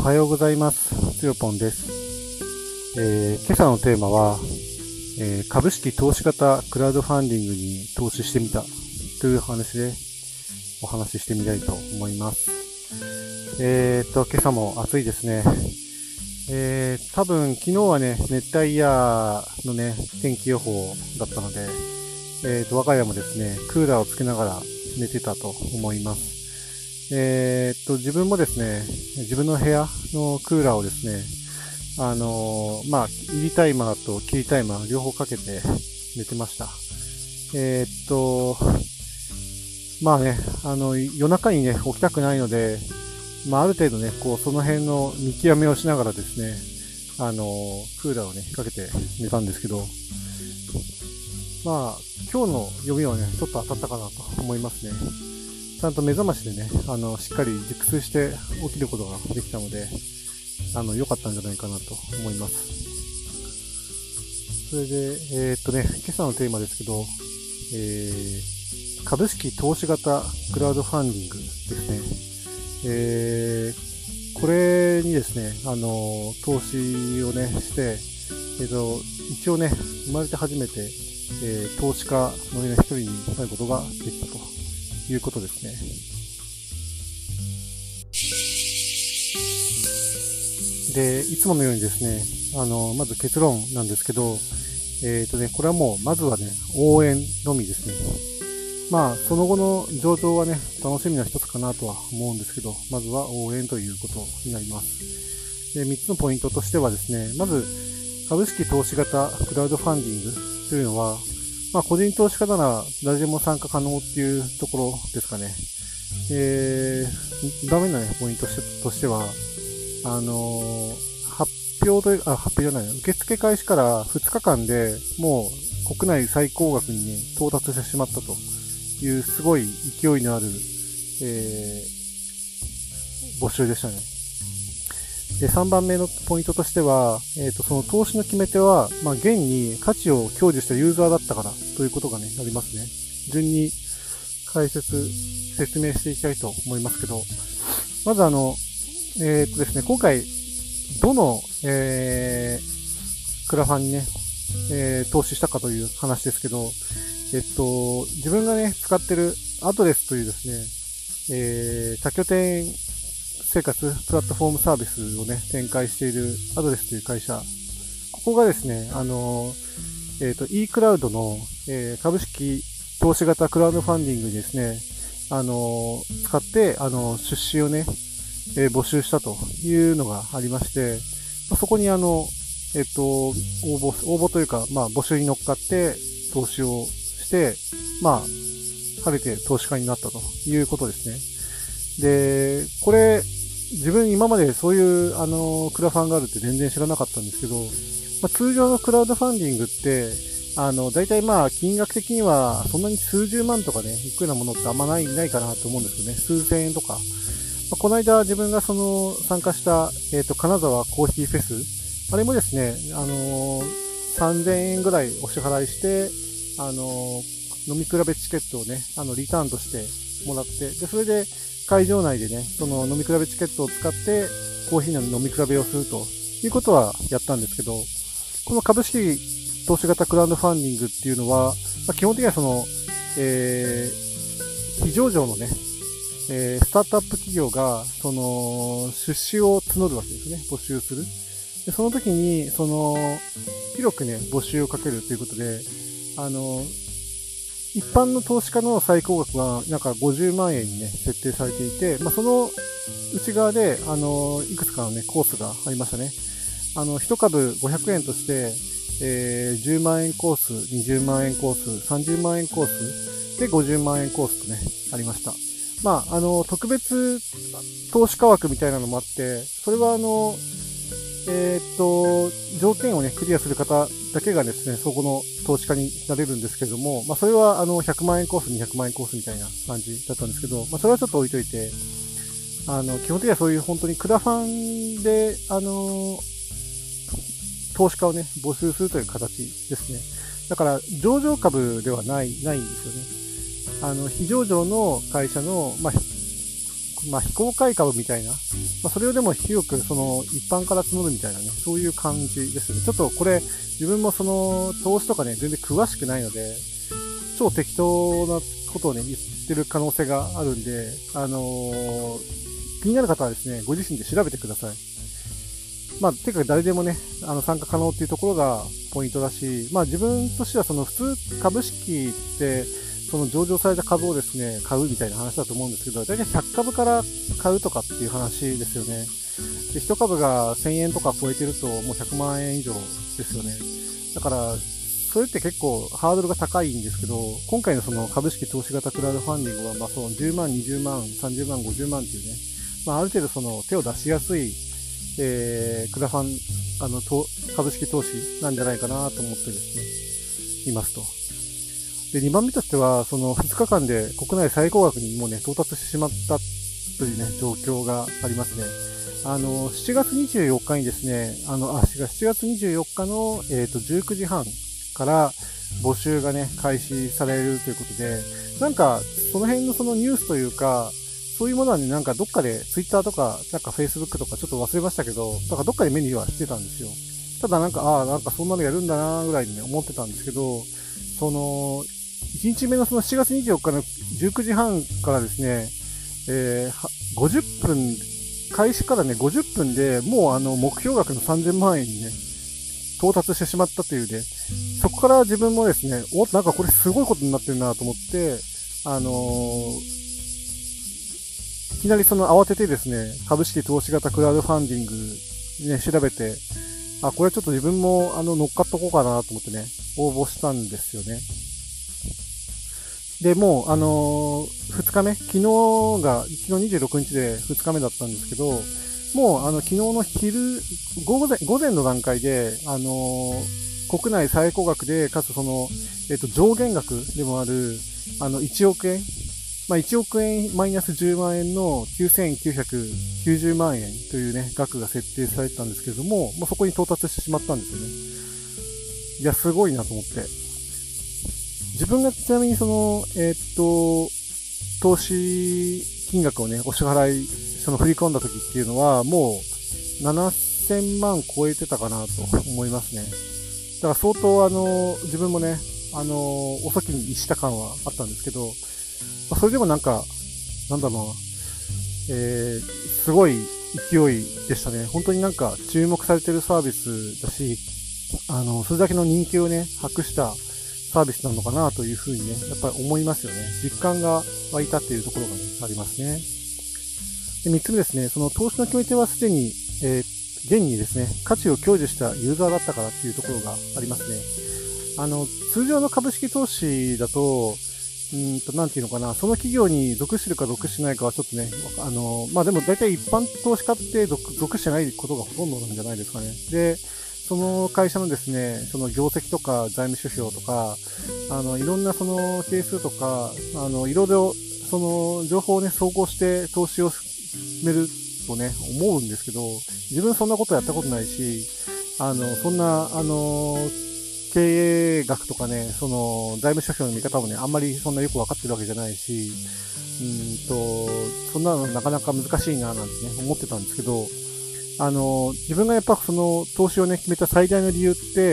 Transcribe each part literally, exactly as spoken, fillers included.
はようございます。つよぽんです。えー今朝のテーマは、えー株式投資型クラウドファンディングに投資してみたという話でお話ししてみたいと思います。えーっと、今朝も暑いですね。えー、多分昨日はね、熱帯夜のね、天気予報だったので、えーと、我が家もですね、クーラーをつけながら寝てたと思います。えーっと、自分もですね、自分の部屋のクーラーをですね、あのーまあ、入りタイマーと切りタイマー両方かけて寝てました。えーっと、まあね、あの、夜中にね、起きたくないので、まあ、ある程度ね、こう、その辺の見極めをしながらですね、あのークーラーをね、かけて寝たんですけど、まあ、今日の読みはね、ちょっと当たったかなと思いますね。ちゃんと目覚ましでね、あの、しっかり熟睡して起きることができたので、あの、良かったんじゃないかなと思います。それで、えーっとね、今朝のテーマですけど、えー、株式投資型クラウドファンディングですね。えー、これにですね、あの、投資をね、して、えーっと、一応ね、生まれて初めて、えー投資家の、ね、一人になることができたということですね。で、いつものようにですね、あの、まず結論なんですけど、えっとね、これはもう、まずはね、応援のみですね。まあ、その後の上場はね、楽しみの一つかなとは思うんですけど、まずは応援ということになります。で、みっつのポイントとしてはですね、まず、株式投資型クラウドファンディングというのは、まあ、個人投資家なら誰でも参加可能っていうところですかね。えー、ダメな、ね、ポイントとしては、あのー発表という、あ、発表じゃない、受付開始からふつかかんでもう国内最高額に、ね、到達してしまったというすごい勢いのある、えー募集でしたね。で、さんばんめのポイントとしては、えっと、その投資の決め手は、まあ、現に価値を享受したユーザーだったからということがね、ありますね。順に解説、説明していきたいと思いますけど、まずあの、えっとですね、今回、どの、えー、クラファンにね、えー投資したかという話ですけど、えっと、自分がね、使ってるアドレスというですね、えー多拠点生活プラットフォームサービスをね、展開しているアドレスという会社。ここがですね、あの、えっと、eCloud の、えー株式投資型クラウドファンディングにですね、あの、使って、あの、出資をね、えー募集したというのがありまして、まあそこにあの、えっと、応募、応募というか、まあ、募集に乗っかって投資をして、まあ、晴れて投資家になったということですね。で、これ、自分今までそういう、あの、クラファンがあるって全然知らなかったんですけど、まあ、通常のクラウドファンディングって、あの、大体まあ、金額的には、そんなに数十万とかね、いくようなものってあんまない、ないかなと思うんですよね。数千円とか。まあ、この間自分がその、参加した、えっと、金沢コーヒーフェス、あれもですね、あのさんぜんえんぐらいお支払いして、あの飲み比べチケットをね、あの、リターンとしてもらって、で、それで、会場内でね、その飲み比べチケットを使ってコーヒーの飲み比べをするということはやったんですけど、この株式投資型クラウドファンディングっていうのは、まあ、基本的にはその、えー、非上場のね、えー、スタートアップ企業が、その、出資を募るわけですね。募集する。で、その時に、その、広くね、募集をかけるということで、あの、一般の投資家の最高額は、なんかごじゅうまんえんにね、設定されていて、まあ、その内側で、あの、いくつかのね、コースがありましたね。あの、一株ごひゃくえんとして、えー、じゅうまんえんコース、にじゅうまんえんコース、さんじゅうまんえんコース、で、ごじゅうまんえんコースとね、ありました。まあ、あの、特別投資家枠みたいなのもあって、それはあの、えーっと、条件をね、クリアする方だけがですね、そこの投資家になれるんですけども、まあ、それはあの、ひゃくまんえんコース、にひゃくまんえんコースみたいな感じだったんですけど、まあ、それはちょっと置いといて、あの、基本的にはそういう本当にクラファンで、あの、投資家をね、募集するという形ですね。だから、上場株ではない、ないんですよね。あの、非上場の会社の、まあ、 まあ、非公開株みたいな、まあ、それをでも広くその一般から募るみたいなね、そういう感じですよね。ちょっとこれ、自分もその投資とかね、全然詳しくないので、超適当なことをね、言ってる可能性があるんで、あのー、気になる方はですね、ご自身で調べてください。まあ、てか誰でもね、あの参加可能っていうところがポイントだし、まあ自分としてはその普通株式って、その上場された株をですね、買うみたいな話だと思うんですけど、だいたいひゃくかぶから買うとかっていう話ですよね。で、いち株がせんえんとか超えてるともうひゃくまんえん以上ですよね。だから、それって結構ハードルが高いんですけど、今回のその株式投資型クラウドファンディングは、まあそのじゅうまん、にじゅうまん、さんじゅうまん、ごじゅうまんっていうね、まあある程度その手を出しやすい、えー、クラファン、あの、株式投資なんじゃないかなと思ってですね、いますと。で、にばんめとしては、そのふつかかんで国内最高額にもうね、到達してしまったというね、状況がありますね。あの、しちがつにじゅうよっかにですね、あの、あ、しちがつにじゅうよっかの、えっと、じゅうくじはんから募集がね、開始されるということで、なんか、その辺のそのニュースというか、そういうものはね、なんかどっかで Twitter とか、なんか Facebook とかちょっと忘れましたけど、なんかどっかで目にはしてたんですよ。ただなんか、ああ、なんかそんなのやるんだなぐらいにね、思ってたんですけど、その、いちにちめのそのしちがつにじゅうよっかのじゅうくじはんからですね、えー、ごじゅっぷん、開始からね、ごじゅっぷんでもうあの、目標額のさんぜんまんえんにね、到達してしまったというね、そこから自分もですね、お、なんかこれすごいことになってるなと思って、あのー、いきなりその慌ててですね、株式投資型クラウドファンディングね、調べて、あ、これちょっと自分もあの乗っかっとこうかなと思ってね、応募したんですよね。で、もう、あのー、ふつかめ、昨日が、昨日にじゅうろくにちでふつかめだったんですけど、もう、あの、昨日の昼、午前、午前の段階で、あのー、国内最高額で、かつその、えっと、上限額でもある、あの、いちおくえん、まあ、いちおくえんマイナスじゅうまんえんのきゅうせんきゅうひゃくきゅうじゅうまんえんというね、額が設定されてたんですけれども、まあ、そこに到達してしまったんですよね。いや、すごいなと思って。自分がちなみにその、えー、っと、投資金額をね、お支払い、その振り込んだ時っていうのは、もうななせんまん超えてたかなと思いますね。だから相当あの、自分もね、あの、遅きに逸した感はあったんですけど、まあ、それでもなんか、なんだろうな、えー、すごい勢いでしたね。本当になんか注目されてるサービスだし、あの、それだけの人気をね、博したサービスなのかなというふうにね、やっぱり思いますよね。実感が湧いたっていうところがね、ありますね。で、三つ目ですね、その投資の決め手はすでに、えー、現にですね、価値を享受したユーザーだったからっていうところがありますね。あの、通常の株式投資だと、うんと、なんていうのかな、その企業に属してるか属してないかはちょっとね、あの、まあ、でも大体一般投資家って属、属してないことがほとんどなんじゃないですかね。で、その会社のですね、その業績とか財務指標とか、あの、いろんなその係数とか、あの、いろいろその情報をね、総合して投資を進めるとね、思うんですけど、自分そんなことやったことないし、あの、そんな、あの、経営学とかね、その財務指標の見方もね、あんまりそんなよくわかってるわけじゃないし、うんと、そんなのなかなか難しいななんてね、思ってたんですけど、あの、自分がやっぱその投資をね、決めた最大の理由って、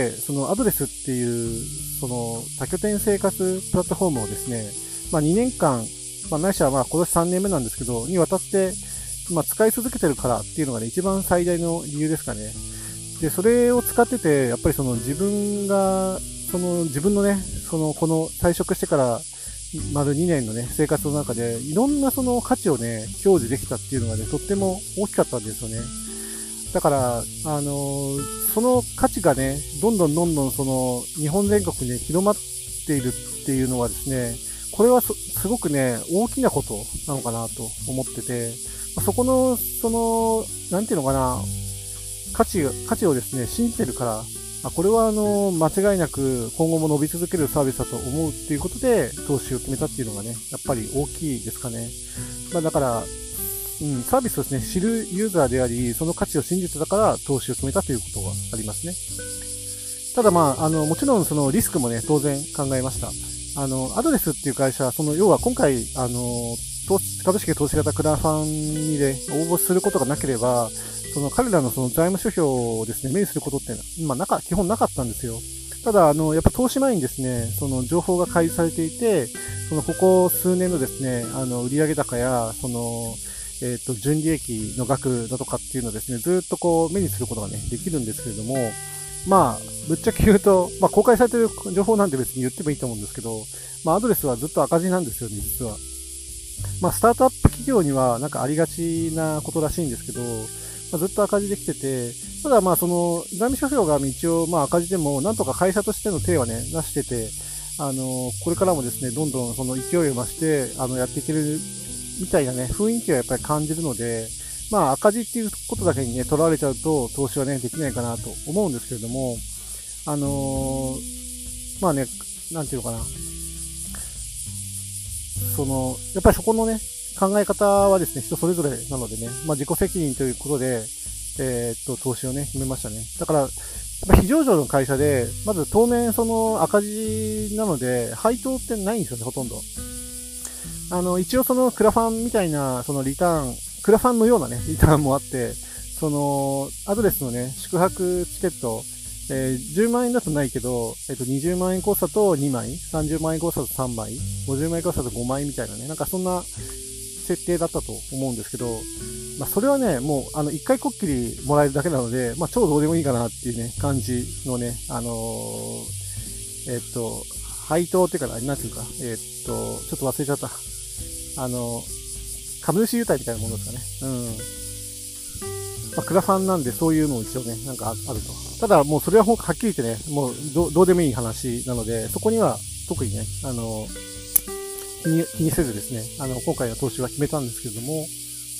そのアドレスっていう、その多拠点生活プラットフォームをですね、まあにねんかん、まあないしはまあ今年さんねんめなんですけど、にわたって、まあ使い続けてるからっていうのがね、一番最大の理由ですかね。で、それを使ってて、やっぱりその自分が、その自分のね、そのこの退職してから丸にねんのね、生活の中で、いろんなその価値をね、享受できたっていうのがね、とっても大きかったんですよね。だから、あのー、その価値がね、どんどんどんどんその日本全国に広まっているっていうのはですね、これはすごくね、大きなことなのかなと思ってて、そこの、その、なんていうのかな、価値、価値をですね、信じてるから、あ、これはあの、間違いなく今後も伸び続けるサービスだと思うっていうことで、投資を決めたっていうのがね、やっぱり大きいですかね。まあだから、うん、サービスをですね、知るユーザーであり、その価値を信じてたから投資を決めたということがありますね。ただまあ、あの、もちろんそのリスクもね、当然考えました。あの、アドレスっていう会社、その、要は今回、あの、 投資株式投資型クラファンにで応募することがなければ、その彼らのその財務諸表をですね、目にすることって、まあ、なか、基本なかったんですよ。ただ、あの、やっぱ投資前にですね、その情報が開示されていて、そのここ数年のですね、あの、売上高や、その、えっと、純利益の額だとかっていうのをですね、ずっとこう目にすることがね、できるんですけれども、まあ、ぶっちゃけ言うと、まあ、公開されてる情報なんて別に言ってもいいと思うんですけど、まあ、アドレスはずっと赤字なんですよね、実は。まあ、スタートアップ企業にはなんかありがちなことらしいんですけど、まあ、ずっと赤字できてて、ただまあ、その、財務諸表が一応まあ赤字でも、なんとか会社としての手はね、出してて、あの、これからもですね、どんどんその勢いを増して、あの、やっていけるみたいなね、雰囲気はやっぱり感じるので、まあ赤字っていうことだけにね、取られちゃうと投資はね、できないかなと思うんですけれども、あのー、まあね、なんていうのかな。その、やっぱりそこのね、考え方はですね、人それぞれなのでね、まあ自己責任ということで、えー、っと、投資をね、決めましたね。だから、やっぱ非上場の会社で、まず当面その赤字なので、配当ってないんですよね、ほとんど。あの、一応そのクラファンみたいな、そのリターン、クラファンのようなね、リターンもあって、その、アドレスのね、宿泊チケット、えー、じゅうまんえんだとないけど、えっと、にじゅうまんえんコースだとにまい、さんじゅうまんえんコースだとさんまい、ごじゅうまんえんコースだとごまいみたいなね、なんかそんな設定だったと思うんですけど、まあ、それはね、もう、あの、一回こっきりもらえるだけなので、まあ、超どうでもいいかなっていうね、感じのね、あのー、えっと、配当っていうかな、なんていうか、えっと、ちょっと忘れちゃった。あの、株主優待みたいなものですかね。うん。まあ、クラファンなんでそういうのを一応ね、なんかあると。ただもうそれははっきり言ってね、もうどどうでもいい話なので、そこには特にね、あの、気に気にせずですね、あの、今回の投資は決めたんですけれども、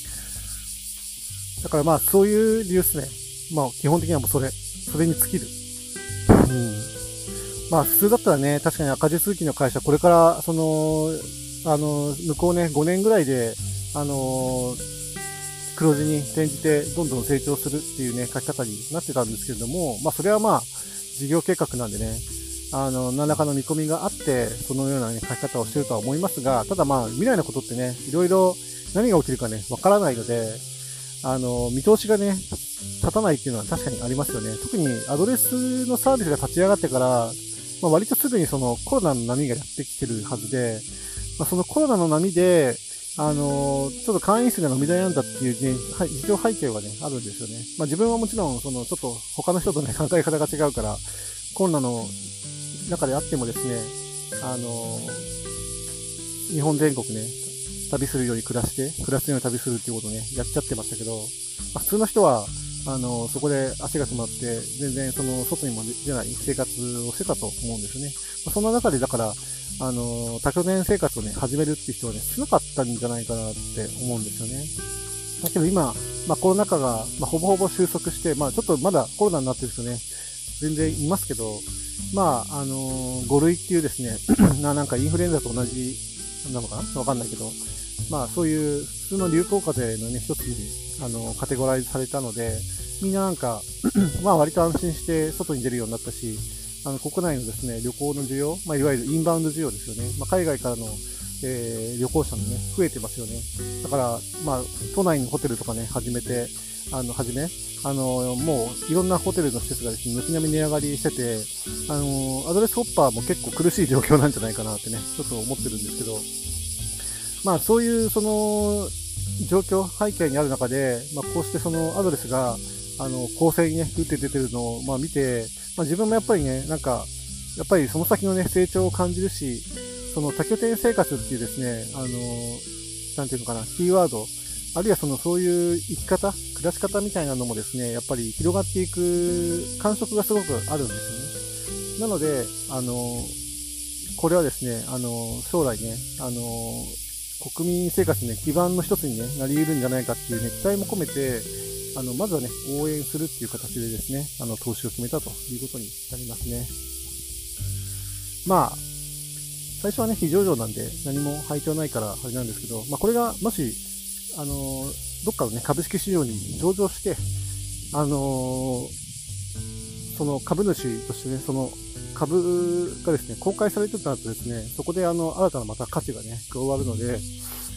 だからまあそういう理由ですね。まあ基本的にはもうそれ、それに尽きる。うん。まあ普通だったらね、確かに赤字続きの会社、これからその、あの、向こうね、ごねんぐらいで、あの、黒字に転じてどんどん成長するっていうね、書き方になってたんですけれども、まあそれはまあ、事業計画なんでね、あの、何らかの見込みがあって、そのような、ね、書き方をしてるとは思いますが、ただまあ、未来のことってね、いろいろ何が起きるかね、わからないので、あの、見通しがね、立たないっていうのは確かにありますよね。特にアドレスのサービスが立ち上がってから、まあ、割とすぐにそのコロナの波がやってきてるはずで、まあ、そのコロナの波で、あのー、ちょっと会員数が伸び悩んだっていうね、はい、事情背景はね、あるんですよね。まあ自分はもちろん、その、ちょっと他の人とね、考え方が違うから、コロナの中であってもですね、あのー、日本全国ね、旅するように暮らして、暮らすように旅するっていうことをね、やっちゃってましたけど、まあ、普通の人は、あのー、そこで足が詰まって、全然その、外にも出ない生活をしてたと思うんですよね。まあ、そんな中で、だから、あの、多拠点生活をね、始めるっていう人はね、少なかったんじゃないかなって思うんですよね。だけど今、まあコロナ禍が、まあ、ほぼほぼ収束して、まあちょっとまだコロナになってる人ね、全然いますけど、まあ、あのー、ご類っていうですね、ななんかインフルエンザと同じなのかなわかんないけど、まあそういう普通の流行風邪のね、一つに、あのー、カテゴライズされたので、みんななんか、まあ割と安心して外に出るようになったし、あの国内のですね、旅行の需要、まあ、いわゆるインバウンド需要ですよね。まあ、海外からの、えー、旅行者もね、増えてますよね。だから、まあ、都内のホテルとかね、始めて、あの、はじめ、あの、もう、いろんなホテルの施設がですね、軒並み値上がりしてて、あの、アドレスホッパーも結構苦しい状況なんじゃないかなってね、ちょっと思ってるんですけど、まあ、そういう、その、状況、背景にある中で、まあ、こうしてそのアドレスが、あの、構成にね、打って出てるのを、まあ、見て、まあ、自分もやっぱりね、なんか、やっぱりその先のね、成長を感じるし、その多拠点生活っていうですね、あの、なんていうのかな、キーワード、あるいはそのそういう生き方、暮らし方みたいなのもですね、やっぱり広がっていく感触がすごくあるんですよね。なので、あの、これはですね、あの、将来ね、あの、国民生活ね、基盤の一つに、ね、なり得るんじゃないかっていうね、期待も込めて、あの、まずはね、応援するっていう形でですね、あの、投資を決めたということになりますね。まあ、最初はね、非上場なんで何も配当ないからあれなんですけど、まあこれがもし、あの、どっかのね、株式市場に上場して、あの、その株主としてね、その株がですね、公開されてた後ですね、そこであの、新たなまた価値がね、加わるので、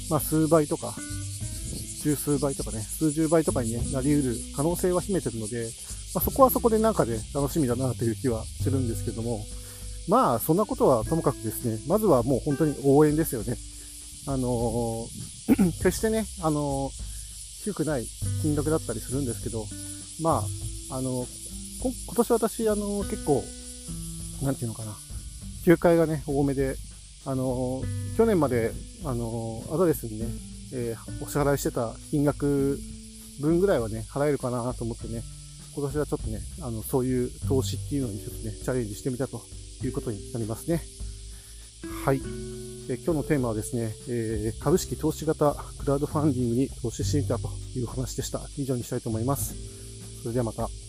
まあ、数倍とか、十数倍とかね、数十倍とかに、ね、なり得る可能性は秘めてるので、まあ、そこはそこでなんかで、ね、楽しみだなという気はするんですけども、まあ、そんなことはともかくですね、まずはもう本当に応援ですよね。あのー、決してね、あのー、低くない金額だったりするんですけど、まあ、あのー、今年私、あのー、結構、なんていうのかな、休会がね、多めで、あのー、去年まで、あのー、アドレスにね、えー、お支払いしてた金額分ぐらいはね、払えるかなと思ってね、今年はちょっとね、あの、そういう投資っていうのにちょっとね、チャレンジしてみたということになりますね。はい。えー、今日のテーマはですね、えー、株式投資型クラウドファンディングに投資してみたという話でした。以上にしたいと思います。それではまた。